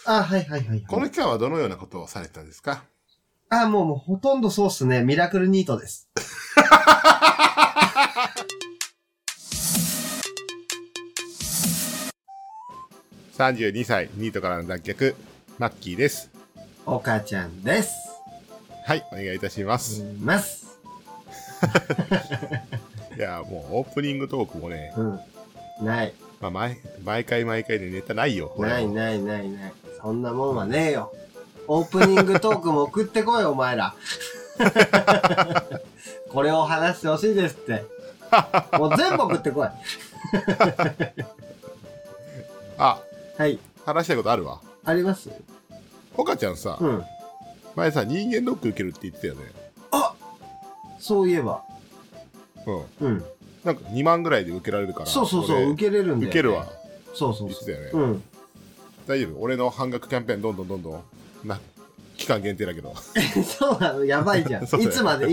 あ、はいはいはい、はい。 この期間はどのようなことをされてたんですか？ あ、もうほとんどそうっすね。ミラクルニートです。 32歳、ニートからの脱却、マッキーです。 お母ちゃんです。 はい、お願いいたします。いや、もうオープニングトークもね、 ない。 まあ、毎回でネタないよ。 ない。そんなもんはねえよ。オープニングトークも送ってこいよ、お前ら。これを話してほしいですって。もう全部送ってこい。 あ、 はい。 話したいことあるわ。 あります？ 岡ちゃんさ、前さ、人間ドック受けるって言ってたよね。 あ、そういえば。 なんか2万ぐらいで受けられるから。 そう、受けれるんだよ、ね。 受けるわ。 そう。 言ってたよね。大丈夫？俺の半額キャンペーンどんどん期間限定だけど。 そうなの？やばいじゃん。いつまで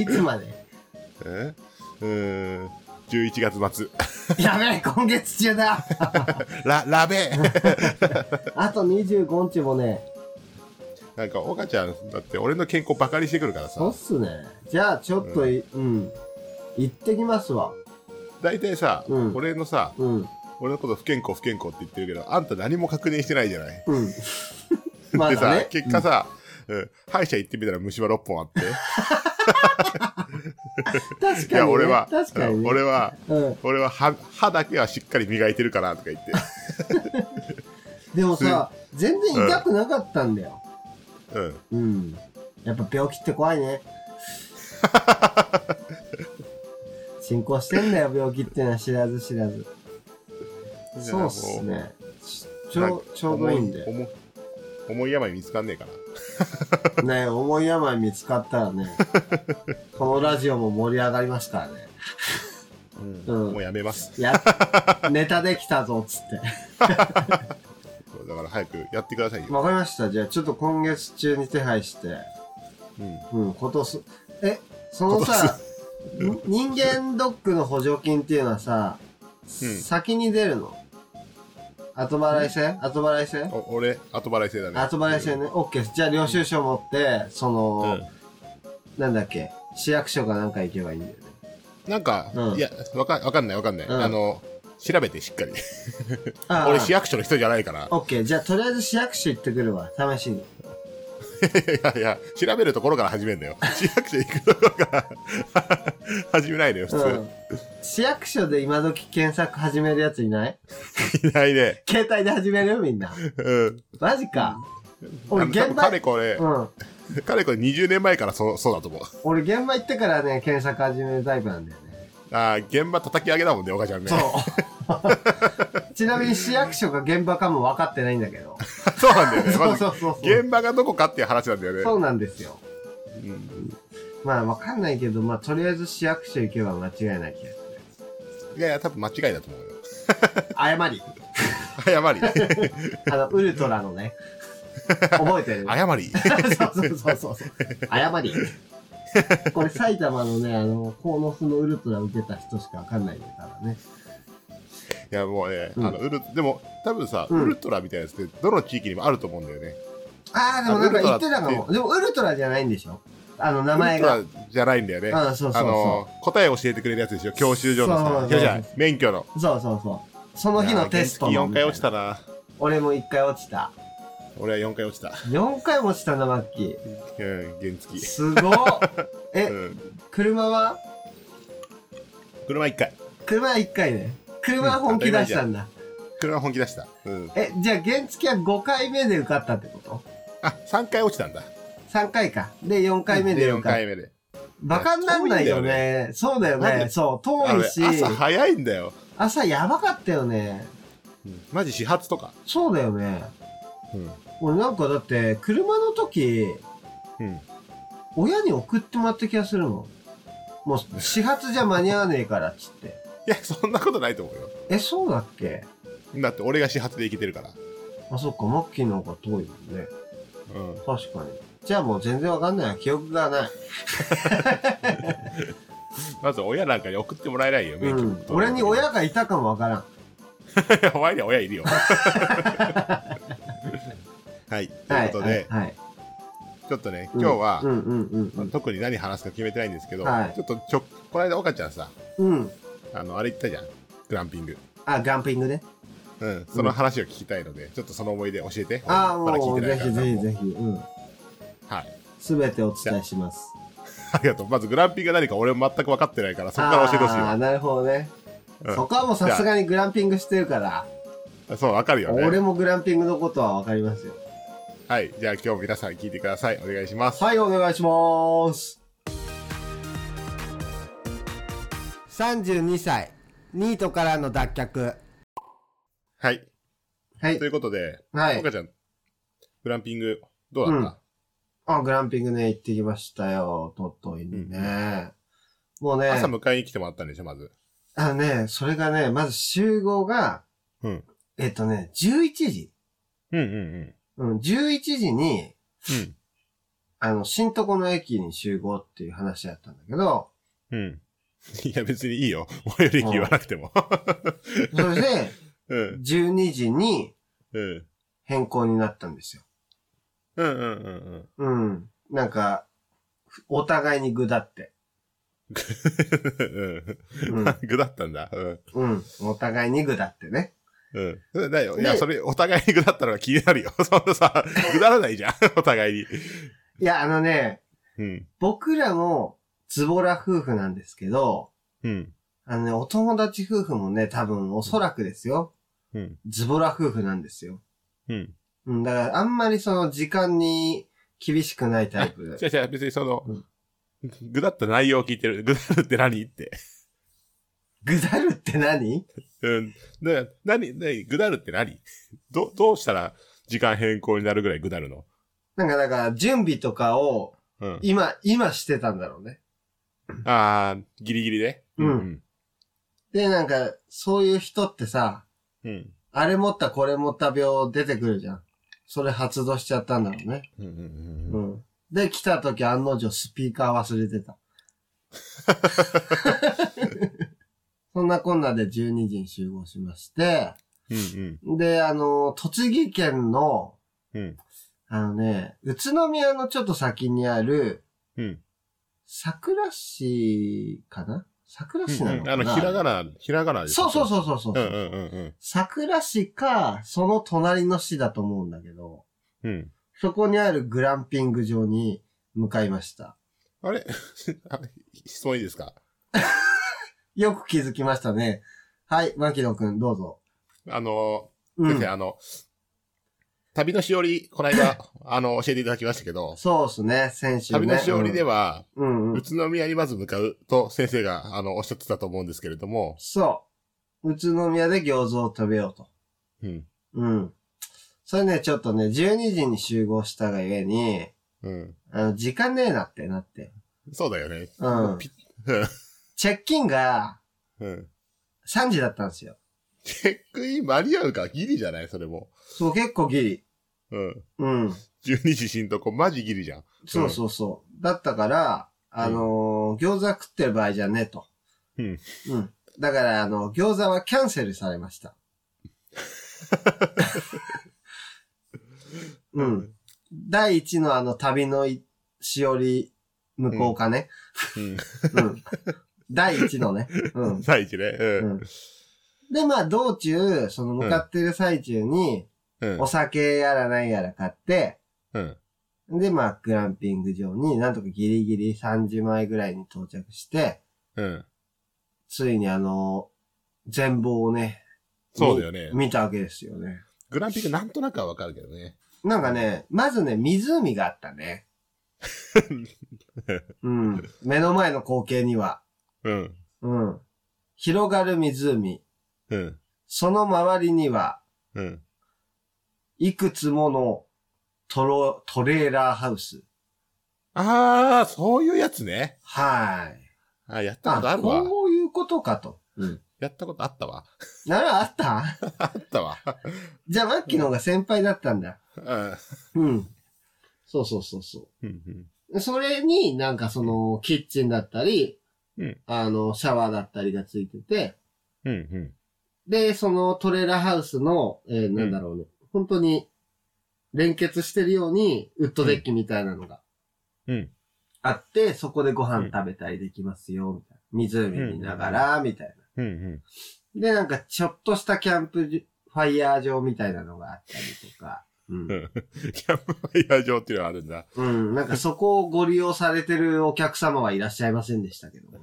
11月末。 やべえ、今月中だ。 ラベあと25日もね。 なんか、岡ちゃん、だって俺の健康バカにしてくるからさ。 そうっすね。じゃあ、ちょっと、行ってきますわ。 大体さ、俺のさ、俺のこと不健康って言ってるけど、あんた何も確認してないじゃない。 まだね、 でさ、結果さ、歯医者行ってみたら虫歯6本あって。 確かに、ね。 いや、俺は、 確かにね、 俺は歯だけはしっかり磨いてるかなとか言って。 でもさ、全然痛くなかったんだよ。やっぱ病気って怖いね。進行してんだよ、病気ってのは知らず。そうっすね。ちょうどいいんで。 重い病見つかんねえかな。ねえ、重い病見つかったらね、このラジオも盛り上がりますからね。 もうやめます。 ネタできたぞ、つって。 だから早くやってくださいよ。 わかりました。じゃあちょっと今月中に手配して。今年。そのさ、人間ドックの補助金っていうのはさ、先に出るの？後払い制？ 俺、後払い制だね。 後払い制ね。オッケー。じゃあ領収書持って、なんだっけ、市役所かなんか行けばいいんだよね。 なんか、いや、わかんない。調べてしっかり。俺市役所の人じゃないから。 オッケー。じゃあとりあえず市役所行ってくるわ。試しに。 いや、調べるところから始めるんだよ。市役所行くところから始めないのよ、普通。 市役所で今時検索始めるやついない？ いないね。 携帯で始めるみんな。マジか。 俺現場、かれこれ20年前からそうだと思う。 俺現場行ってからね、検索始めるタイプなんだよね。 現場叩き上げだもんね、おかちゃんね。 そう。ちなみに市役所が現場かも分かってないんだけど。 そうなんだよね。 そう。 現場がどこかっていう話なんだよね。 そうなんですよ。まあ分かんないけど、まあとりあえず市役所行けば間違いない気がする。いや、多分間違いだと思うよ。 誤り。ウルトラのね。覚えてる？ 誤り。 そう。誤り。これ埼玉のね、鴻巣のウルトラ受けた人しかわかんないんだからね。 いや、もうね、でも、多分さ、ウルトラみたいなやつってどの地域にもあると思うんだよね。 でもなんか言ってたかも。でもウルトラじゃないんでしょ？名前が。 ウルトラじゃないんだよね。 そう。 答えを教えてくれるやつでしょ？教習所のさ。じゃあ、免許の。 そう。その日のテストの。 4回落ちたな。 俺も1回落ちた。 俺は4回落ちた。 4回も落ちたな、マッキー。 原付。 すごっ。車は？ 車1回。 車は1回ね。車は本気出したんだ。 車は本気出した。 じゃあ原付は5回目で受かったってこと？ 3回落ちたんだ。 3回か。で、4回目で受かった。4回目で。バカになんないよね。そうだよね。そう、遠いし。 朝早いんだよ。 朝やばかったよね。 マジ始発とか。 そうだよね。俺なんかだって、車の時、親に送ってもらった気がするもん。もう、始発じゃ間に合わねえからっつって。 いや、そんなことないと思うよ。 そうだっけ？ だって俺が始発で行けてるから。 そっか、マッキーの方が遠いもんね。確かに。じゃあもう全然わかんないわ。記憶がない。 まず親なんかに送ってもらえないよ、免許。 俺に親がいたかもわからん。 お前には親いるよ。 はい。ということで、 はい。 ちょっとね、今日は、 うん。 特に何話すか決めてないんですけど、 はい、 ちょっとこの間、岡ちゃんさ、あれ言ったじゃん。グランピング。 あ、グランピングね。 その話を聞きたいので、ちょっとその思い出教えて。 もう、ぜひ。 はい。 すべてお伝えします。 ありがとう。まずグランピングが何か俺も全く分かってないから、そこから教えてほしいわ。 なるほどね。そこはもうさすがにグランピングしてるから。 そう、分かるよね。 俺もグランピングのことは分かりますよ。 はい。じゃあ今日皆さん聞いてください。お願いします。 はい、お願いします。32歳、ニートからの脱却。 はい。 はい。 ということで、 はい。 岡ちゃん、グランピング、どうだった？ グランピングね、行ってきましたよ。鳥取にね。もうね。 朝迎えに来てもらったんでしょ、まず。 それがね、まず集合が、11時。11時に、新床の駅に集合っていう話だったんだけど、 いや、別にいいよ。最寄り駅言わなくても。 それで、12時に変更になったんですよ。なんか、お互いに具だって。 具だったんだ。 お互いに具だってね。 だよ。いや、それ、お互いに具だったのが気になるよ。そんなさ、具だらないじゃん。お互いに。 いや、僕らも、ズボラ夫婦なんですけど、お友達夫婦もね、多分、おそらくですよ。ズボラ夫婦なんですよ。だから、あんまりその時間に厳しくないタイプで。 違う、別にその、ぐだった内容を聞いてる。ぐだるって何って。 ぐだるって何？ ぐだるって何？どうしたら時間変更になるぐらいぐだるの？ だから、準備とかを、今してたんだろうね。 ギリギリで？ で、そういう人ってさ、あれ持ったこれ持った病出てくるじゃん。それ発動しちゃったんだろうね。で、来た時案の定スピーカー忘れてた。そんなこんなで12時に集合しまして、で、栃木県の、宇都宮のちょっと先にある、桜市かな？桜市なのかな？ ひらがなです。 そう。桜市か、その隣の市だと思うんだけど、そこにあるグランピング場に向かいました。 あれ質問いいですか？ よく気づきましたね。はい、牧野くん、どうぞ。 先生、旅のしおり、この間、教えていただきましたけど。 そうですね、先週ね。 旅のしおりでは、宇都宮にまず向かうと先生が、おっしゃってたと思うんですけれども。 そう。宇都宮で餃子を食べようと。それね、ちょっとね、12時に集合したがゆえに、時間ねえなってなって。 そうだよね。 チェックインが、3時だったんですよ。 チェックイン間に合うかギリじゃないそれも。 そう、結構ギリ。 12時新とこマジギリじゃん。 そう。だったから、餃子食ってる場合じゃねえと。だから、餃子はキャンセルされました。第一の旅のしおり向こうかね。第一のね。 第一ね。 で、まあ、道中、その向かってる最中に、お酒やらないやら買って、で、まあ、グランピング場になんとかギリギリ3時前ぐらいに到着して、ついに全貌をね、 そうだよね。 見たわけですよね。 グランピングなんとなくはわかるけどね。 まずね、湖があったね。目の前の光景には。広がる湖。その周りには、いくつものトレーラーハウス。 そういうやつね。 はい。 やったことあるわ。 こういうことかと。 やったことあったわ。 あったあったわ。 じゃあ、マッキーの方が先輩だったんだ。そう。それにその、キッチンだったり、シャワーだったりがついてて、で、そのトレーラーハウスの、本当に、 連結してるように、ウッドデッキみたいなのがあって、そこでご飯食べたりできますよ、みたいな。湖見ながら、みたいな。で、なんかちょっとしたキャンプファイヤー場みたいなのがあったりとか。 キャンプファイヤー場っていうのがあるんだ。 なんかそこをご利用されてるお客様はいらっしゃいませんでしたけども。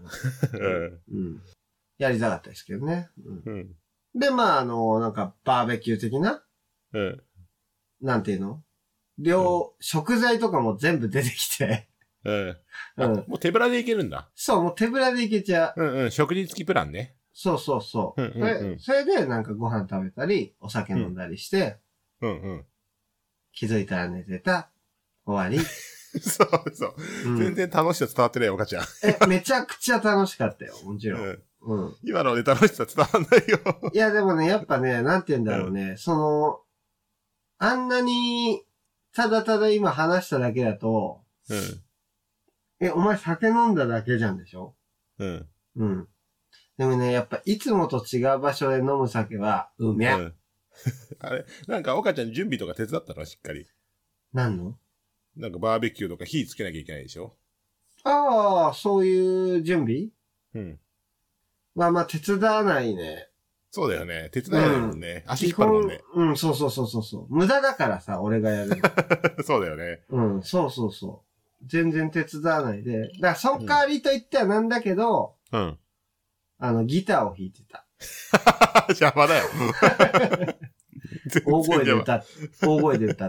やりたかったですけどね。で、まあ、なんかバーベキュー的な、なんていうの食材とかも全部出てきて。 もう手ぶらでいけるんだ。 そう、もう手ぶらでいけちゃう。食事付きプランね。 そう。それでなんかご飯食べたり、お酒飲んだりして、気づいたら寝てた。終わり。 そう。全然楽しさ伝わってないよ、おかちゃん。めちゃくちゃ楽しかったよ、もちろん。 今ので楽しさ伝わんないよ。 いや、でもね、やっぱね、なんて言うんだろうね。あんなに、ただただ今話しただけだと、お前酒飲んだだけじゃんでしょ？でもね、やっぱいつもと違う場所で飲む酒は、うめゃ。 あれなんか、岡ちゃん準備とか手伝ったのしっかり。 何の？ なんかバーベキューとか火つけなきゃいけないでしょ？ ああ、そういう準備？まあ、手伝わないね。 そうだよね。手伝えないもんね。足引っ張るもんね。 そう。無駄だからさ、俺がやるの。そうだよね。 そう。全然手伝わないで。だから、その代わりと言ってはなんだけど、ギターを弾いてた。 邪魔だよ。 大声で歌って。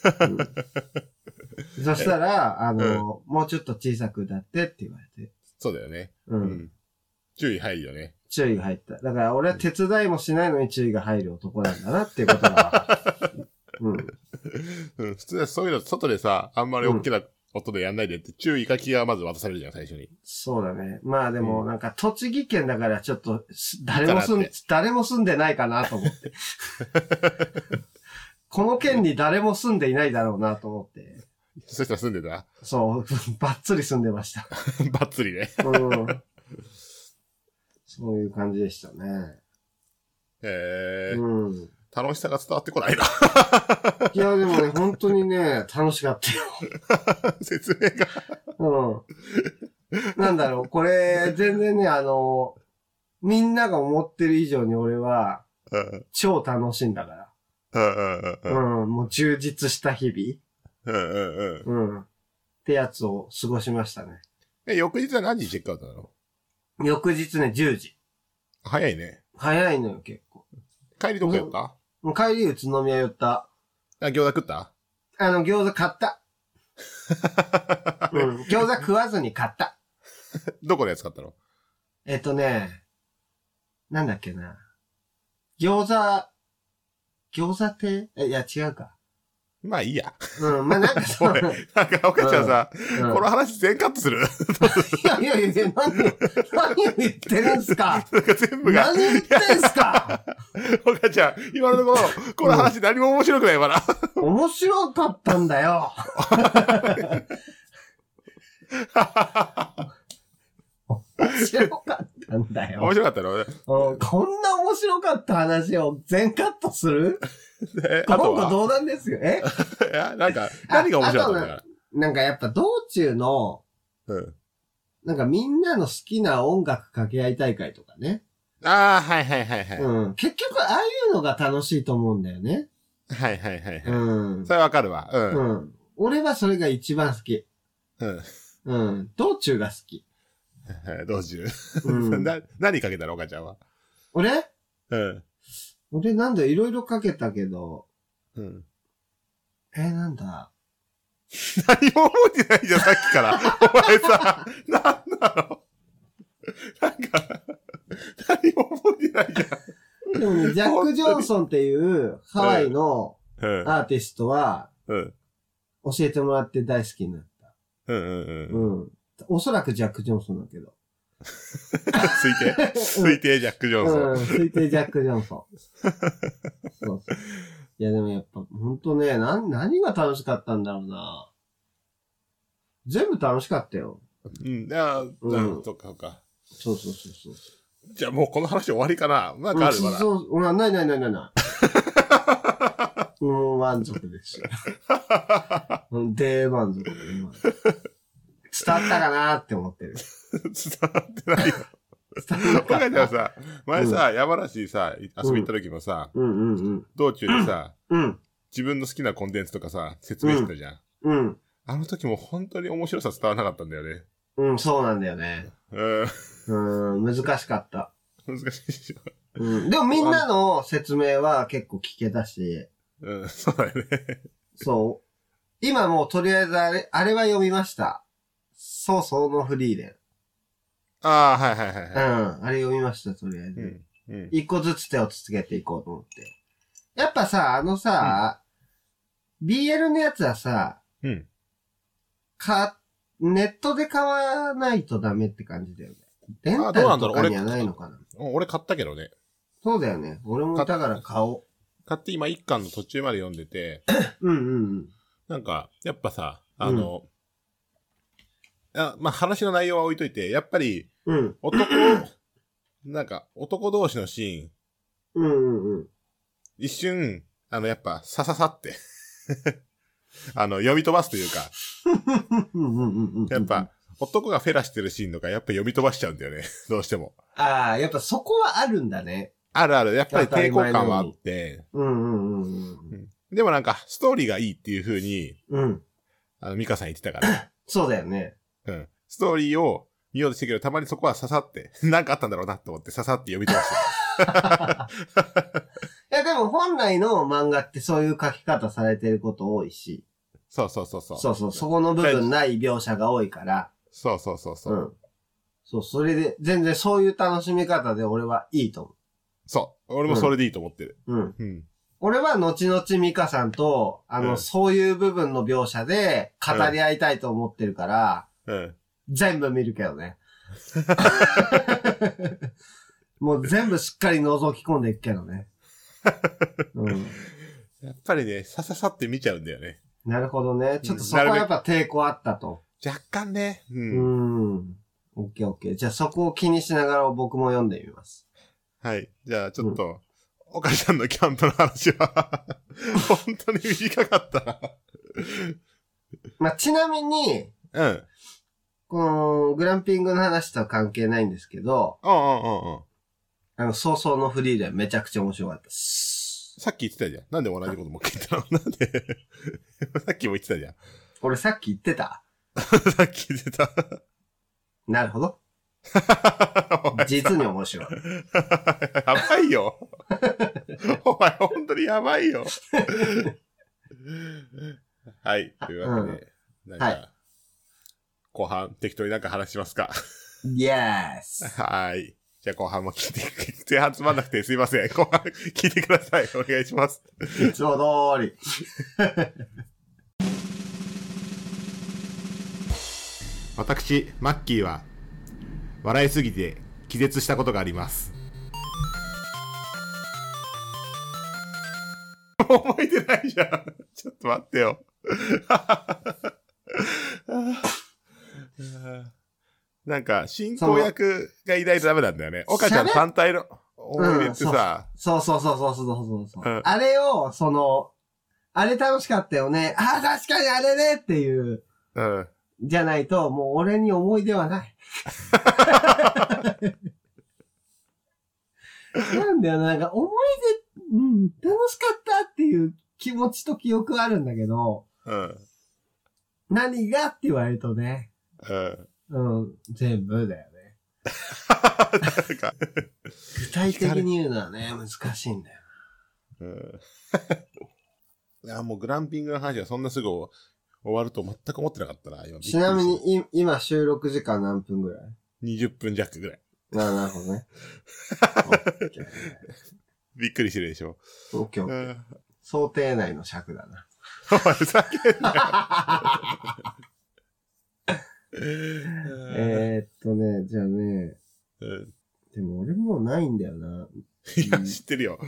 そしたら、もうちょっと小さく歌ってって言われて。 そうだよね。注意入るよね。 注意が入った。だから俺は手伝いもしないのに注意が入る男なんだなっていうことが。 普通はそういうの外でさ、あんまり大きな音でやんないでって注意書きがまず渡されるじゃん、最初に。そうだね。まあでもなんか栃木県だからちょっと誰も住んでないかなと思って。この県に誰も住んでいないだろうなと思って。 そしたら住んでた？ そう、ばっつり住んでました。 ばっつりね。 そういう感じでしたね。 楽しさが伝わってこないな。 いや、でもね、本当にね、楽しかったよ。 説明が。 なんだろう、これ、全然ね、みんなが思ってる以上に俺は、超楽しいんだから。もう充実した日々。ってやつを過ごしましたね。 翌日は何時チェックアウトなの？ 翌日ね、10時。 早いね。 早いのよ、結構。 帰りどこ寄った？ もう帰り宇都宮寄った。 餃子食った？ 餃子買った。餃子食わずに買った。 どこのやつ買ったの？ なんだっけな。餃子亭？いや、違うか。 まあいいや。 まあなんかそう。なんか、岡ちゃんさ、この話全カットする？ いや、何を言ってるんすか？ なんか全部が。 何言ってんすか？ 岡ちゃん、今のところ、この話何も面白くないわな。 面白かったんだよ。面白かったんだよ。 面白かったの？ こんな面白かった話を全カットする？今後どうなんですよ。 いや、なんか、何が面白かったんだから。 なんかやっぱ道中の、なんかみんなの好きな音楽掛け合い大会とかね。 はい。 結局ああいうのが楽しいと思うんだよね。 はい。それわかるわ。 俺はそれが一番好き。道中が好き。 道中。何かけたの、お母ちゃんは。 俺なんだ、いろいろかけたけど。なんだ。 何も覚えてないじゃん、さっきから。お前さ、なんなの？なんか、何も覚えてないじゃん。 でもね、ジャック・ジョンソンっていうハワイのアーティストは、教えてもらって大好きになった。おそらくジャック・ジョンソンだけど。 推定ジャック・ジョンソン。 推定ジャック・ジョンソン。そう。いやでもやっぱ、ほんとね、何が楽しかったんだろうな。全部楽しかったよ。 そっか。 そう。 じゃあもうこの話終わりかな。なんかあるかな。 ない。 もう満足でした。大満足で今。伝わったかなって思ってる。 伝わってないよ。僕がじゃあさ、前さ、山梨さ、遊び行った時もさ、道中でさ、自分の好きなコンテンツとかさ、説明してたじゃん。あの時も本当に面白さ伝わらなかったんだよね。 そうなんだよね。難しかった。 難しいでしょ。 でもみんなの説明は結構聞けたし。 そうだよね。 そう。今もうとりあえずあれは読みました。そうそうのフリーレン。 ああ、はいはいはい。 あれ読みました、とりあえず。一個ずつ手をつけていこうと思って。やっぱさ、BL のやつはさ、ネットで買わないとダメって感じだよね。レンタルとかにはないのかな。 俺買ったけどね。 そうだよね。俺もだから買おう。 買って今一巻の途中まで読んでて。なんか、やっぱさ、まあ、話の内容は置いといて、やっぱり、なんか、男同士のシーン。一瞬、やっぱ、さって読み飛ばすというか、やっぱ、男がフェラしてるシーンとか、やっぱ読み飛ばしちゃうんだよね。どうしても。 ああ、やっぱそこはあるんだね。 あるある。やっぱり抵抗感はあって。でもなんか、ストーリーがいいっていう風に、ミカさん言ってたから。 そうだよね。 ストーリーを見ようとしてるけど、たまにそこは刺さって、なんかあったんだろうなって思って刺さって読み飛ばしてた。 いや、でも本来の漫画ってそういう書き方されてること多いし。 そう。 そこの部分ない描写が多いから。 そう。 それで、全然そういう楽しみ方で俺はいいと思う。 そう。俺もそれでいいと思ってる。 俺は後々ミカさんと、そういう部分の描写で語り合いたいと思ってるから、全部見るけどね。もう全部しっかり覗き込んでいくけどね。 やっぱりね、さって見ちゃうんだよね。 なるほどね。ちょっとそこはやっぱ抵抗あったと。 若干ね。 オッケー。じゃあそこを気にしながら僕も読んでみます。 はい。じゃあちょっと、お母さんのキャンプの話は、本当に短かったな。 まあ、ちなみに、このグランピングの話とは関係ないんですけど、早々のフリーレンめちゃくちゃ面白かったです。 さっき言ってたじゃん。なんで同じことも聞いたの？なんでさっきも言ってたじゃん。 俺さっき言ってたさっき言ってた。 なるほど。実に面白い。 やばいよ。お前本当にやばいよ。はい。というわけで、後半適当になんか話しますか。 Yes。 はい。じゃあ後半も聞いて、前半つまんなくてすいません。後半聞いてください。お願いします。 いつも通り。 私、マッキーは、笑いすぎて気絶したことがあります。覚えてないじゃん。ちょっと待ってよ。なんか、進行役がいないとダメなんだよね。岡ちゃん単体の思い出ってさ。 そう。あれを、あれ楽しかったよね。ああ、確かにあれねっていう。じゃないと、もう俺に思い出はない。なんだよな、なんか思い出、楽しかったっていう気持ちと記憶はあるんだけど、何がって言われるとね、全部だよね。 なんか具体的に言うのはね、難しいんだよ。 いや、もうグランピングの話はそんなすぐ終わると全く思ってなかったな、今。 ちなみに、今収録時間何分ぐらい？ 20 分弱ぐらい。 なるほどね。 びっくりしてるでしょ。 オッケー。想定内の尺だな。 お前ふざけんなよ。じゃあね。でも俺もうないんだよな。 いや、知ってるよ。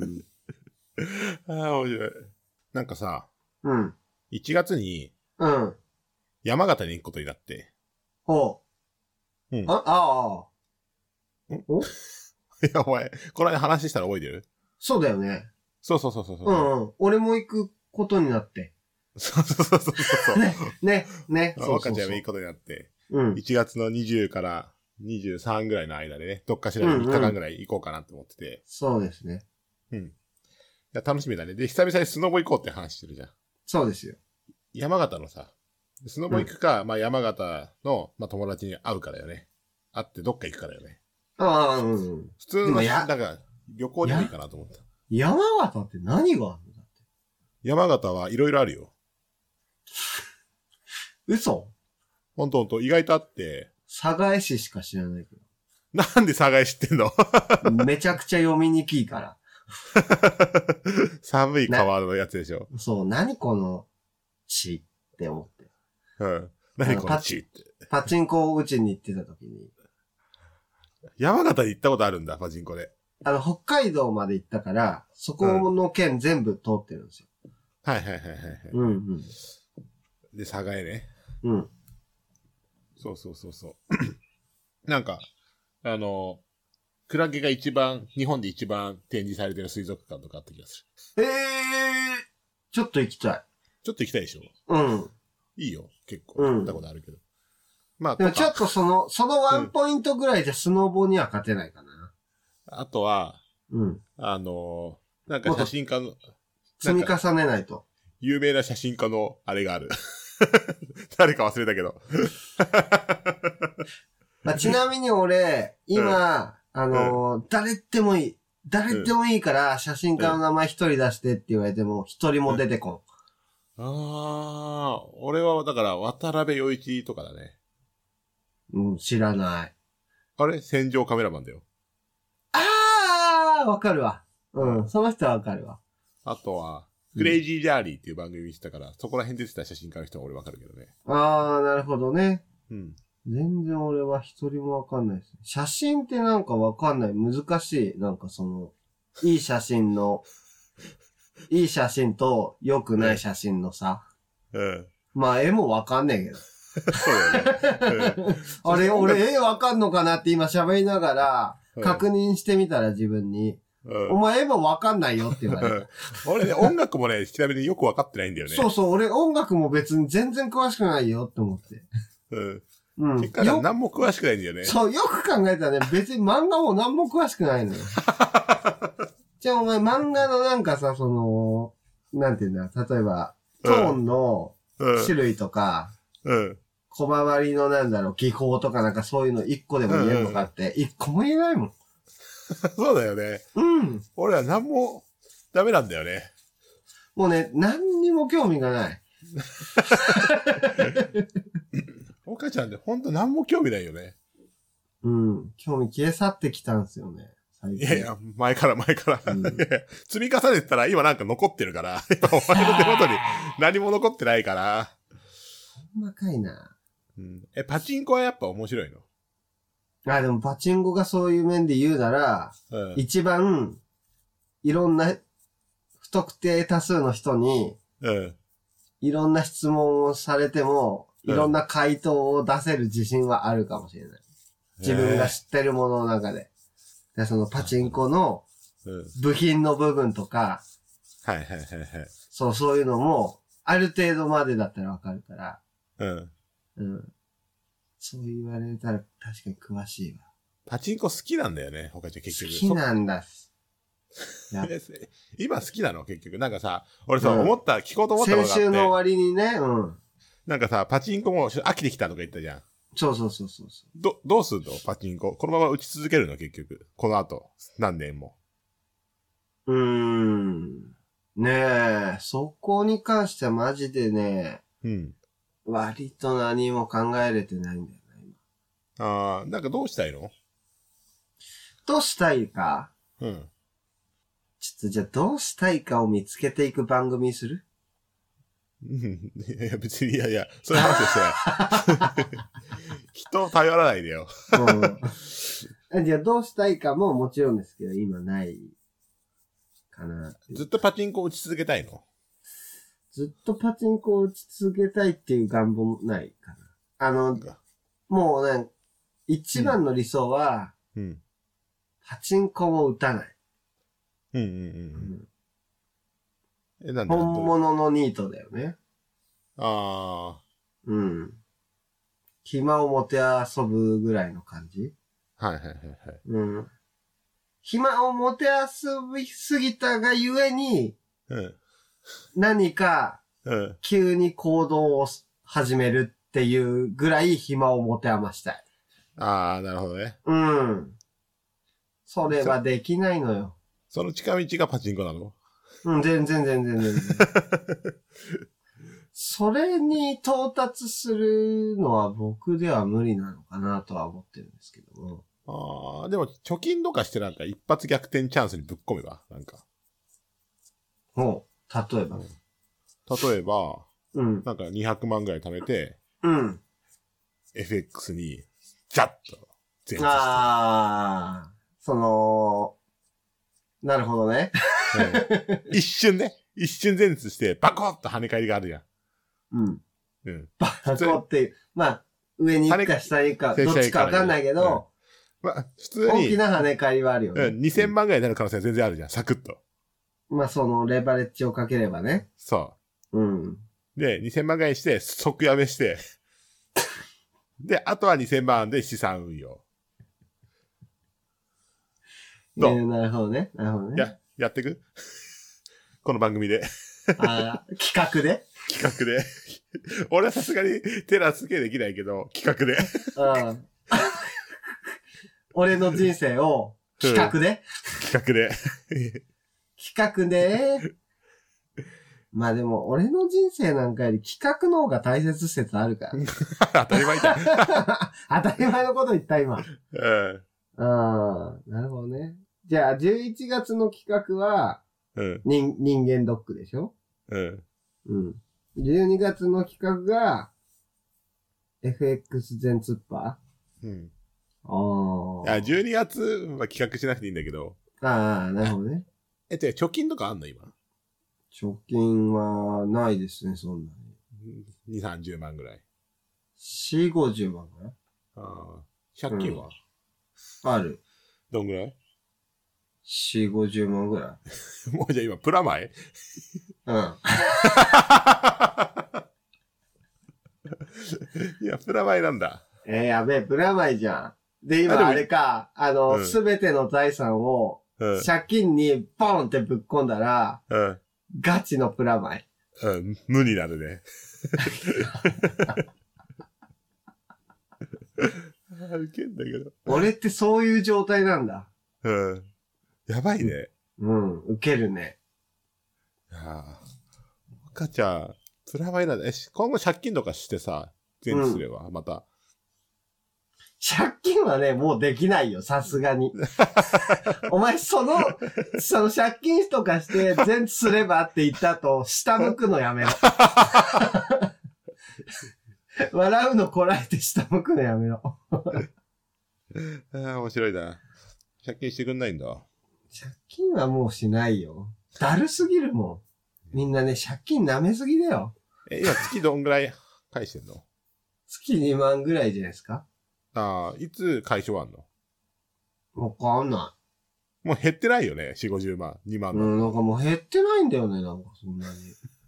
面白い。なんかさ、1月に、山形に行くことになって。 ほう。いや、お前、この間話したら覚えてる？ そうだよね。 そうそうそうそう。 うんうん。俺も行くことになって。 そうそうそうそう。 ね。 若ちゃんもいいことになって。 うん。 1月の20から23ぐらいの間でね、どっかしらで3日間ぐらい行こうかなと思ってて。 そうですね。 うん。いや、楽しみだね。で、久々にスノボ行こうって話してるじゃん。 そうですよ。 山形のさ、スノボ行くか、まあ山形の、まあ友達に会うからよね。会ってどっか行くからよね。 ああ、うん。 普通の、なんか、旅行でもいいかなと思った。 山形って何があるのだって。 山形はいろいろあるよ。 嘘？ ほんと、意外とあって。 寒河江市しか知らないけど。 なんで寒河江知ってんの？ めちゃくちゃ読みにくいから。 寒い川のやつでしょ。 そう、何この地って思って。 うん。何この地って。 パチンコを打ちに行ってた時に。 山形に行ったことあるんだ、パチンコで。 北海道まで行ったから、そこの県全部通ってるんですよ。 はい。 うんうん。 で、佐賀へね。 うん。 そう。なんか、クラゲが日本で一番展示されてる水族館とかあった気がする。 ちょっと行きたい。 ちょっと行きたいでしょ？ うん。 いいよ、結構。行ったことあるけど。まあ、 でもちょっとそのワンポイントぐらいじゃスノボには勝てないかな。 あとは、 うん。 なんか写真家の、 積み重ねないと。 有名な写真家のあれがある。誰か忘れたけど。 まあ、ちなみに俺、今、誰でもいいから写真家の名前一人出してって言われても一人も出てこん。 俺はだから渡辺陽一とかだね。 うん、知らない。 あれ戦場カメラマンだよ。 わかるわ。うん、その人はわかるわ。 あとは、クレイジージャーリーっていう番組にしてたから、そこら辺出てた写真家の人は俺わかるけどね。 なるほどね。 うん。 全然俺は一人もわかんないです。写真ってなんかわかんない。難しい。なんかいい写真と良くない写真のさ。 うん。 まあ絵もわかんねえけど。 そうだよね。 あれ、俺絵わかんのかなって今喋りながら、確認してみたら自分に。お前絵もわかんないよって言われた。 俺ね、音楽もね、ちなみによくわかってないんだよね。 そう、俺音楽も別に全然詳しくないよって思って。 うん。結果何も詳しくないんだよね。 そう、よく考えたらね、別に漫画も何も詳しくないのよ。じゃあお前漫画のなんかさ、なんていうんだ、例えば、トーンの種類とか、小回りの技法とかなんかそういうの一個でも言えるのかって、一個も言えないもん。 そうだよね。 うん。 俺は何もダメなんだよね。 もうね、何にも興味がない。 岡ちゃんってほんと何も興味ないよね。 うん。興味消え去ってきたんですよね。 いや、前から。うん、積み重ねてたら今なんか残ってるから、お前の手元に何も残ってないから。 細かいな。 うん。パチンコはやっぱ面白いの？ でもパチンコがそういう面で言うなら、一番、いろんな、不特定多数の人に、いろんな質問をされても、いろんな回答を出せる自信はあるかもしれない。自分が知ってるものの中で。でそのパチンコの部品の部分とか、そういうのも、ある程度までだったらわかるから、そう言われたら確かに詳しいわ。 パチンコ好きなんだよね、他じゃ結局。 好きなんだ。 今好きなの結局。なんかさ、俺さ、聞こうと思ったことがあって。 先週の終わりにね、 なんかさ、パチンコも飽きてきたとか言ったじゃん。 そう。 どうすんのパチンコ。このまま打ち続けるの結局。この後。何年も。 ねえ、そこに関してはマジでね、割と何も考えれてないんだよね、 今。なんかどうしたいの？ どうしたいか？ちょっとじゃあどうしたいかを見つけていく番組にする？ いや、別に、そういう話をしてない。人を頼らないでよ。 じゃあどうしたいかももちろんですけど、今ないかな。 ずっとパチンコを打ち続けたいの？ ずっとパチンコを打ち続けたいっていう願望もないかな。もうね、一番の理想は、パチンコを打たない。 なんで本物のニートだよね。 ああ。 うん。暇をもてあそぶぐらいの感じ。 はいはいはいはい。 うん。暇をもてあそびすぎたがゆえに、 うん。 何か、急に行動を始めるっていうぐらい暇を持て余したい。 ああ、なるほどね。 うん。それはできないのよ。 その近道がパチンコなの？ うん、全然。それに到達するのは僕では無理なのかなとは思ってるんですけども。 ああ、でも貯金とかしてなんか一発逆転チャンスにぶっ込めば、なんか。 例えば。 例えば、 うん。 なんか200万ぐらい貯めて、 うん。 FX に、ジャッと前置して。 ああ、なるほどね。 一瞬ね。一瞬前列して、バコッと跳ね返りがあるやん。 うん。 うん。 バコっていう。まあ、上に行くか下に行くか、どっちかわかんないけど、 まあ、普通に。 大きな跳ね返りはあるよね。 2000万ぐらいになる可能性は全然あるじゃん。サクッと。 まあ、レバレッジをかければね。 そう。 うん。 で、2000万ぐらいにして、即やめして、で、あとは2000万で資産運用。 どう？なるほどね。 やってくこの番組で。 企画で企画で。俺はさすがに手助けできないけど、企画で。 俺の人生を企画で、 企画で。 企画で。まあでも、俺の人生なんかより企画の方が大切説あるから。 当たり前だ。 当たり前のこと言った、今。なるほどね。じゃあ、11月の企画は、人間ドックでしょ？うん。12月の企画が、FX 全突破？うん。 12月は企画しなくていいんだけど。 なるほどね。 貯金とかあんの今？ 貯金はないですね、そんなに。2、30万ぐらい。 4、50万ぐらい？ 借金は？ ある。 どんぐらい ？4、50万ぐらい。もうじゃあ今、プラマイ？うん。いや、プラマイなんだ。 やべえ、プラマイじゃん。で、今あれか、すべての財産を、借金にポンってぶっ込んだら、ガチのプラマイ。 無になるね。ウケんだけど。 俺ってそういう状態なんだ。 やばいね。 ウケるね。 赤ちゃん、プラマイなんだ。今後借金とかしてさ、全部すれば、また。 借金はね、もうできないよ、さすがに。お前、その借金とかして全部すればって言った後、下向くのやめろ。笑うのこらえて下向くのやめろ。 面白いな。借金してくんないんだ。 借金はもうしないよ。だるすぎるもん。みんなね、借金舐めすぎだよ。 今月どんぐらい返してんの？ 月2万ぐらいじゃないですか？ いつ解消あんの？ わかんない。 もう減ってないよね、4、50万、2万の。 なんかもう減ってないんだよね、なんかそんなに。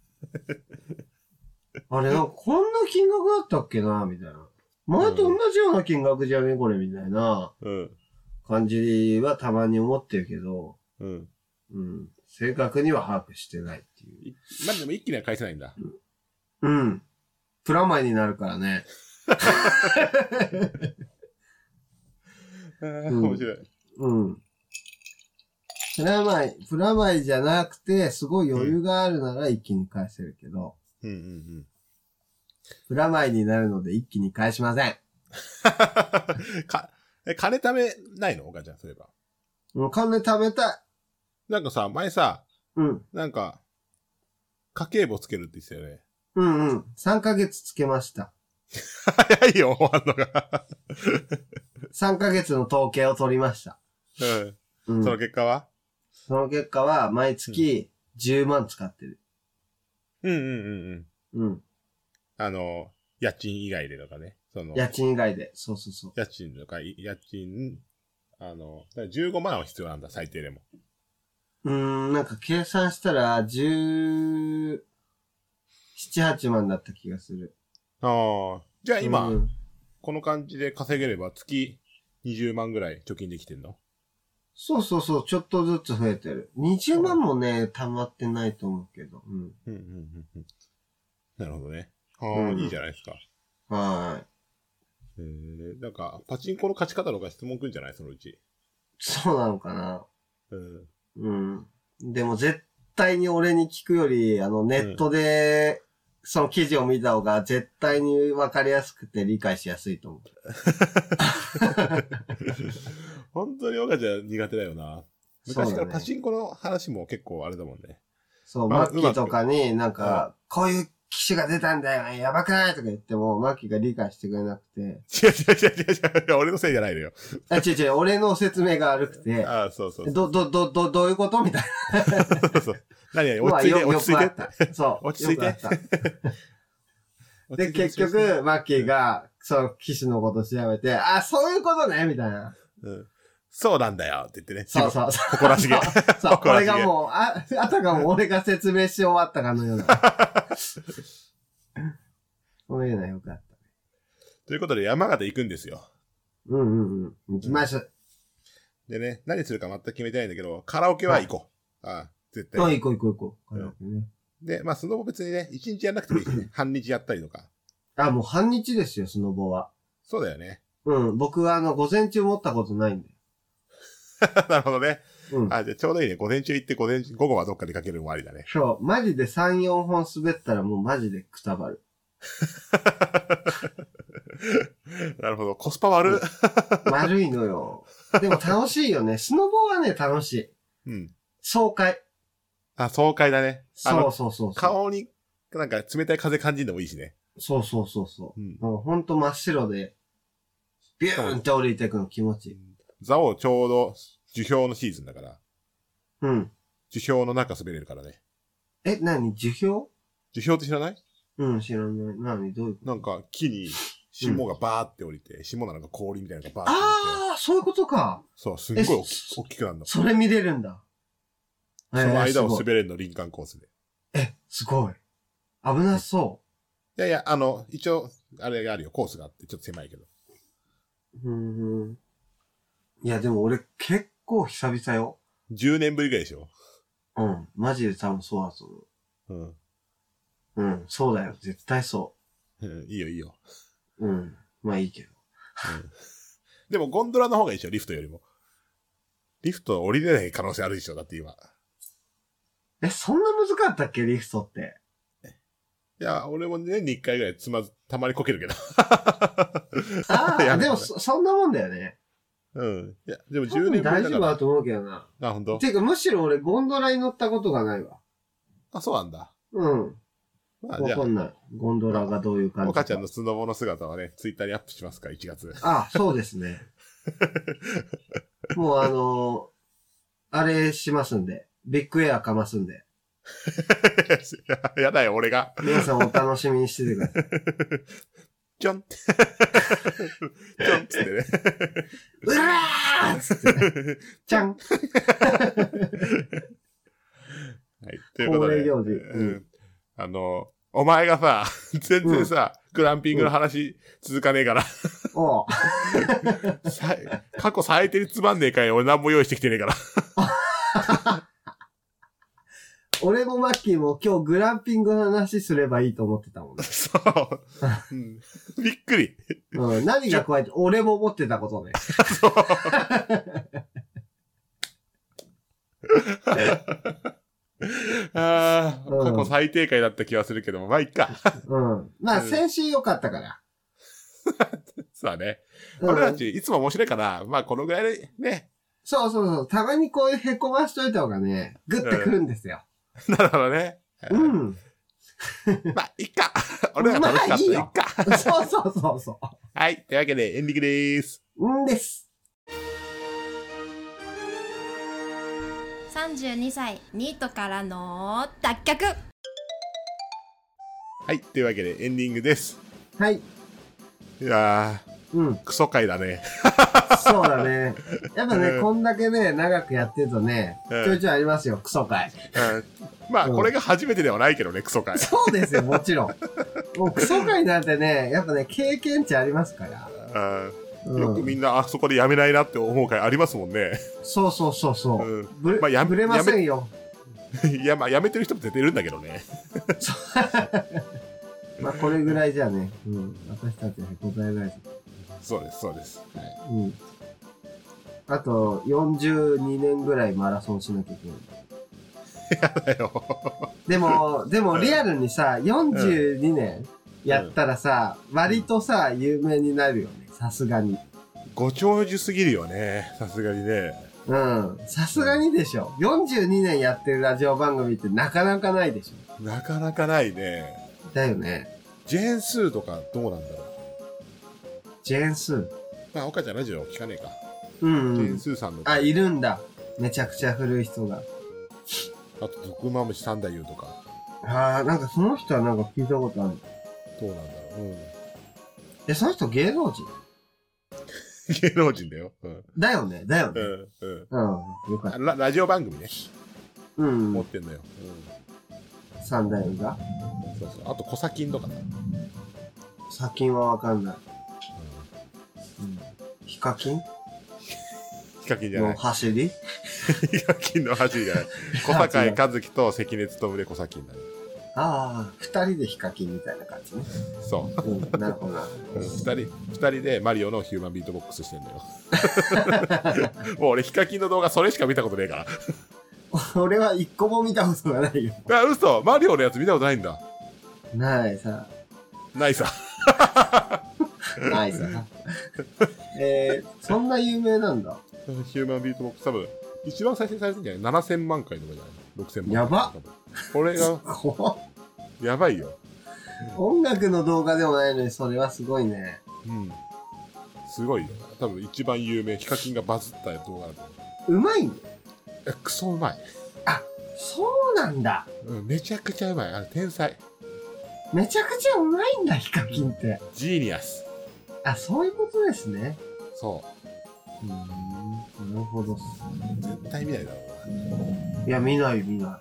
あれ、なんかこんな金額だったっけな、みたいな。前と同じような金額じゃね、これ、みたいな感じはたまに思ってるけど、正確には把握してないっていう。 まあでも一気には返せないんだ。 プラマイになるからね。 面白い。 プラマイじゃなくて、すごい余裕があるなら一気に返せるけど、プラマイになるので一気に返しません。 金貯めないの？お母ちゃん、そういえば。 金貯めたい。 なんかさ、前さ、なんか、家計簿つけるって言ってたよね。 3ヶ月つけました。 早いよ、終わんのが。 3ヶ月の統計を取りました。 その結果は？ その結果は、毎月10万使ってる。 家賃以外でとかね。 家賃以外で。そう。 家賃とか、15万は必要なんだ、最低でも。 なんか計算したら、17、8万だった気がする。 ああ。じゃあ今、この感じで稼げれば月20万ぐらい貯金できてんの？ そうそうそう、ちょっとずつ増えてる。20万もね、溜まってないと思うけど。 なるほどね。いいじゃないですか。 はい。 なんか、パチンコの勝ち方とか質問くんじゃないそのうち。 そうなのかな。でも絶対に俺に聞くより、ネットで、その記事を見た方が絶対に分かりやすくて理解しやすいと思う。 本当に岡ちゃん苦手だよな。昔からパチンコの話も結構あれだもんね。 そう、マッキーとかになんか、こういう機種が出たんだよね、やばくないとか言っても、マッキーが理解してくれなくて。 違う、俺のせいじゃないのよ。 違う、俺の説明が悪くて。 そう。どういうことみたいな。そう。 何落ち着いて、落ち着いて。 そう。 落ち着いて。 で、結局、マッキーが、その機種のこと調べて、そういうことねみたいな。 そうなんだよって言ってね。 そう。 誇らしげ。 そう。俺がもう、あたかも俺が説明し終わったかのような。そういうのはよかった。 ということで山形行くんですよ。 行きましょう。 でね、何するか全く決めてないんだけど、カラオケは行こう。絶対。 行こう。カラオケね。 で、スノボ別にね、1日やんなくてもいいしね。半日やったりとか。 もう半日ですよ、スノボは。 そうだよね。 僕は午前中持ったことないんで。 なるほどね。じゃあちょうどいいね。午前中行って午後はどっか出かけるのもありだね。 そう。マジで3、4本滑ったらもうマジでくたばる。 なるほど。コスパ悪。 悪いのよ。でも楽しいよね。スノボはね、楽しい。爽快。 爽快だね。 そう。 顔になんか冷たい風感じるのもいいしね。 そう。もうほんと真っ白で、ビューンって降りてくの気持ちいい。 蔵王ちょうど樹氷のシーズンだから。樹氷の中滑れるからね。 何樹氷？ 樹氷って知らない？ 知らない。何どういうこと？ なんか木に霜がバーって降りて、霜なのか氷みたいなのがバーって降りて。 そういうことか。 そう、すんごい大きくなるの。 それ見れるんだ。 その間を滑れるの、林間コースで。 すごい。危なそう。 いや、一応、あれがあるよ、コースがあって、ちょっと狭いけど。 いや、でも俺結構久々よ。 10年ぶりぐらいでしょ。 マジで多分そうだと思う。そうだよ。絶対そう。 いいよ。 まあいいけど。 でもゴンドラの方がいいでしょ、リフトよりも。リフト降りれない可能性あるでしょ、だって今。 そんな難かったっけ、リフトって。 いや、俺も年に1回ぐらいたまにこけるけど。 でもそんなもんだよね。 いや、でも10年ぶりだから。 大丈夫だと思うけどな。 本当？ てか、むしろ俺ゴンドラに乗ったことがないわ。 そうなんだ。 わかんない。ゴンドラがどういう感じか。 岡ちゃんのスノボの姿はね、ツイッターにアップしますか、1月。 そうですね。もうあれしますんで。ビッグエアかますんで。 やだよ、俺が。 皆さんお楽しみにしててください。 ちょんって。ちょんっつってね。 うらーっつってね。ちゃん。はい。 ということで。 恒例行事。 お前がさ、全然さ、グランピングの話続かねえから。過去最低につまんねえかよ。俺何も用意してきてねえから。 俺もマッキーも今日グランピングの話すればいいと思ってたもんね。 そう。びっくり。 何が加えて、俺も思ってたことね。 そう。過去最低回だった気はするけども、まあいっか。 先週良かったから。 そうだね。俺たちいつも面白いから、まあこのぐらいでね。 そう。たまにこういう凹ましといた方がね、グッてくるんですよ。 なるほどね。まあ、いっか。俺ら楽しかった。いっか。 そう。 はい。というわけでエンディングでーす。 です。 32歳ニートからの脱却。 はい。というわけでエンディングです。 はい。 いやうん。 クソ回だね。 そうだね。やっぱね、こんだけね、長くやってるとね、ちょいちょいありますよ、クソ回。 まあ、これが初めてではないけどね、クソ回。 そうですよ、もちろん。もうクソ回なんてね、やっぱね、経験値ありますから。 よくみんなあそこでやめないなって思う回ありますもんね。 そうそうそうそう。まあ、ぶれませんよ。 いや、まあ、やめてる人も絶対いるんだけどね。 まあ、これぐらいじゃね、私たちは答えない。 そうです、そうです。はい。 あと、42年ぐらいマラソンしなきゃいけない。 やだよ。 でも、リアルにさ、42年やったらさ、割とさ、有名になるよね。さすがに。 ご長寿すぎるよね。さすがにね。 さすがにでしょ。42年やってるラジオ番組ってなかなかないでしょ。 なかなかないね。 だよね。 ジェーンスーとかどうなんだろう。 ジェーンスー。 まあ、岡ちゃんラジオ聞かねえか。 ジェーンスーさんの。 あ、いるんだ。めちゃくちゃ古い人が。 あと、毒マムシ三太夫とか。 なんかその人はなんか聞いたことある。 どうなんだろう。 その人芸能人芸能人だよ。 だよね。よかった。 ラジオ番組ね。持ってんのよ。 三太夫が。 そうそう。あと、コサキンとかさ。 サキンはわかんない。ヒカキンヒカキンじゃない。 の走りヒカキンの走りじゃない。小坂井和樹と関根勤でコサキンだね。 二人でヒカキンみたいな感じね。 そう。 なるほど。 二人でマリオのヒューマンビートボックスしてんだよ。もう俺ヒカキンの動画それしか見たことねえから。 俺は一個も見たことがないよ。 嘘マリオのやつ見たことないんだ。 ないさ。 ないさ。 ないさ。そんな有名なんだ。 ヒューマンビートボックス多分、一番再生されてるんじゃない ?7000 万回とかじゃない ?6000 万回。 やばこれが、やばいよ。 音楽の動画でもないのにそれはすごいね。 すごいよ。多分一番有名、ヒカキンがバズった動画だと思う。うまいね。 クソうまい。 そうなんだ。 めちゃくちゃうまい。天才。 めちゃくちゃうまいんだ、ヒカキンって。 ジーニアス。 そういうことですね。 そう。 なるほど。 絶対見ないだろうな。いや、見ない。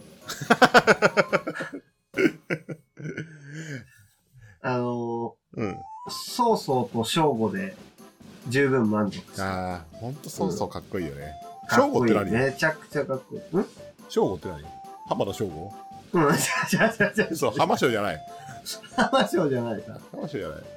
そうそうと正吾で十分満足した。 ほんとそうかっこいいよね。正吾って何？ めちゃくちゃかっこいい。 正吾って何？浜田正吾？そう、浜翔じゃない。 浜翔じゃないか。 浜翔じゃない。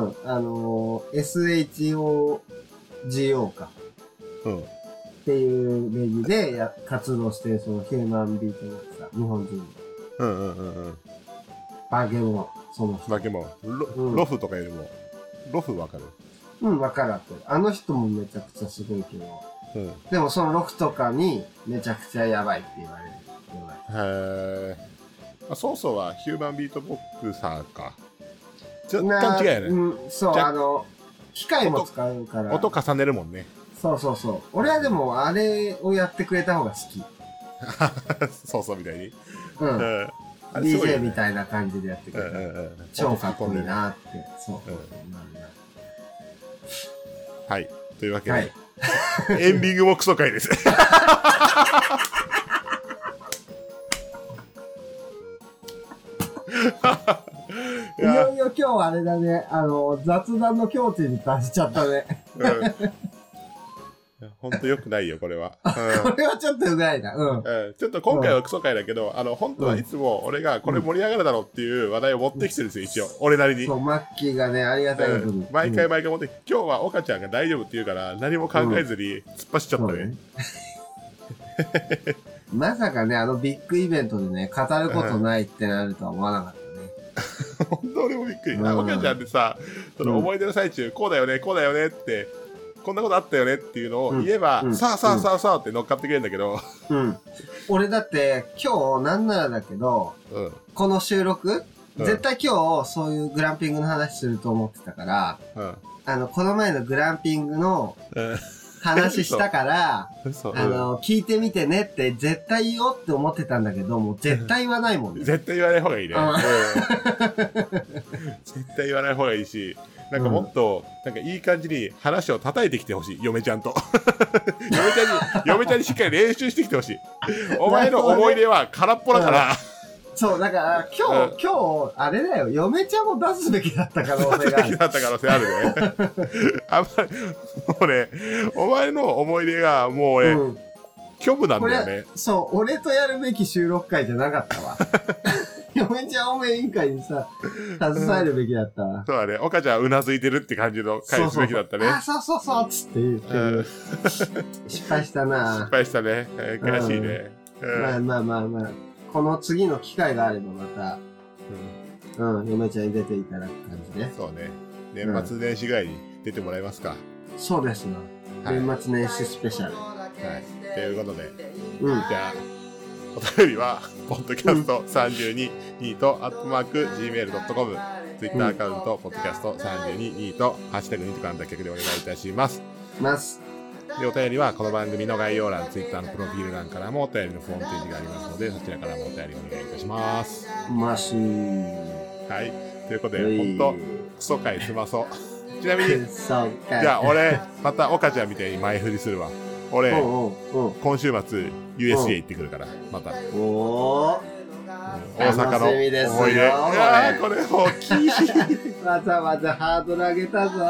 SHOGO か。っていう名義で活動してるそのヒューマンビートボックスさ、日本人の。バケモン、その人。 バケモン。ロフとかよりも、ロフわかる？ わかる。あの人もめちゃくちゃすごいけど。でもそのロフとかにめちゃくちゃやばいって言われる。 へー。そうそうはヒューマンビートボックサーか。若干違うよね。 そう、機械も使うから。 音重ねるもんね。 そう。俺はでもあれをやってくれた方が好き。 そうみたいに。 DJ みたいな感じでやってくれた。超かっこいいなって。そう。 はい。というわけで、エンディングもクソ回です。 いよいよ今日あれだね、雑談の境地に達しちゃったね。 ほんと良くないよ、これは。 これはちょっとうまいな。 ちょっと今回はクソ回だけど、本当はいつも俺がこれ盛り上がるだろうっていう話題を持ってきてるんですよ、一応。俺なりに。 そう、マッキーがね、ありがたいことに。 毎回持って、今日は岡ちゃんが大丈夫って言うから、何も考えずに突っ走っちゃったね。 まさかね、ビッグイベントでね、語ることないってなるとは思わなかったね。 本当俺もびっくり。岡ちゃんってさ、その思い出の最中、こうだよねって、こんなことあったよねっていうのを言えば、さあって乗っかってくれるんだけど。 俺だって、今日なんならだけど、この収録、絶対今日そういうグランピングの話すると思ってたから、この前のグランピングの話したから、聞いてみてねって絶対言おうって思ってたんだけど、もう絶対言わないもんね。 絶対言わない方がいいね。絶対言わない方がいいし、なんかもっと、なんかいい感じに話を叩いてきてほしい、嫁ちゃんと。嫁ちゃんにしっかり練習してきてほしい。お前の思い出は空っぽだから。 そう、だから、今日、あれだよ、嫁ちゃんも出すべきだった可能性がある。出すべきだった可能性あるね。あんまり、もうね、お前の思い出がもうね、虚無なんだよね。 そう、俺とやるべき収録会じゃなかったわ。嫁ちゃんをメイン会にさ、携えるべきだったわ。 そうだね、岡ちゃんうなずいてるって感じの会すべきだったね。 そうつって言ってる。失敗したな。 失敗したね。悔しいね。 まあ。この次の機会があればまた、嫁ちゃんに出ていただく感じね。 そうね。年末年始ぐらいに出てもらえますか。 そうですよ。年末年始スペシャル。 はい。ということで、じゃあ、お便りは、podcast32 と、@gmail.com、Twitter アカウント、podcast32 と、ハッシュタグ2とかの脱却でお願いいたします。で、お便りはこの番組の概要欄、Twitter のプロフィール欄からもお便りのフォームページがありますので、そちらからもお便りお願いいたします。はい。ということで、ほんと、クソ回すまそう。ちなみに、じゃあ俺、また岡ちゃんみたいに前振りするわ。俺、今週末、USJ 行ってくるから、また。大阪の思い出。これ大きい。 わざわざハードル上げたぞ。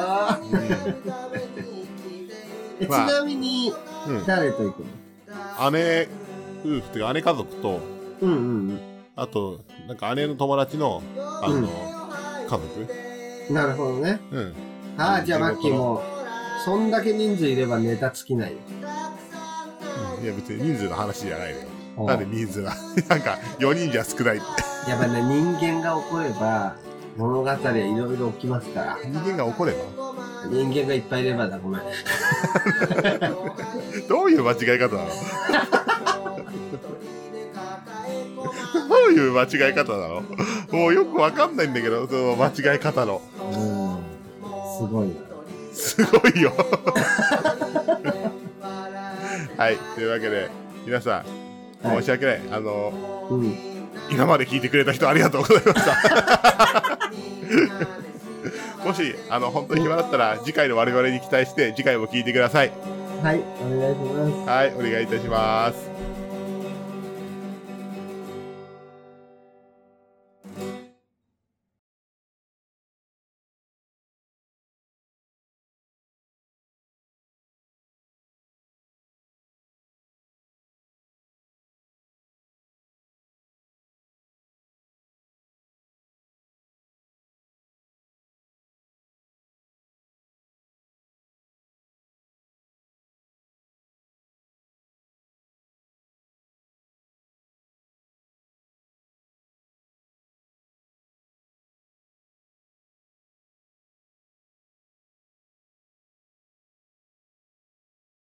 ちなみに、誰と行くの？姉夫婦っていうか姉家族と、あと、なんか姉の友達の、家族。 なるほどね。じゃあマッキーも、そんだけ人数いればネタ尽きないよ。 いや別に人数の話じゃないのよ。なんで人数が。なんか、4人じゃ少ないって。 やっぱね、人間が起これば、物語はいろいろ起きますから。 人間が起これば人間がいっぱいいればだ、ごめん。 どういう間違い方なの？どういう間違い方なの？もうよくわかんないんだけど、その間違い方の。 すごいな。 すごいよ。はい、というわけで、皆さん、申し訳ない。今まで聞いてくれた人ありがとうございました。もし、本当に暇だったら、次回の我々に期待して、次回も聞いてください。 はい、お願いします。 はい、お願いいたします。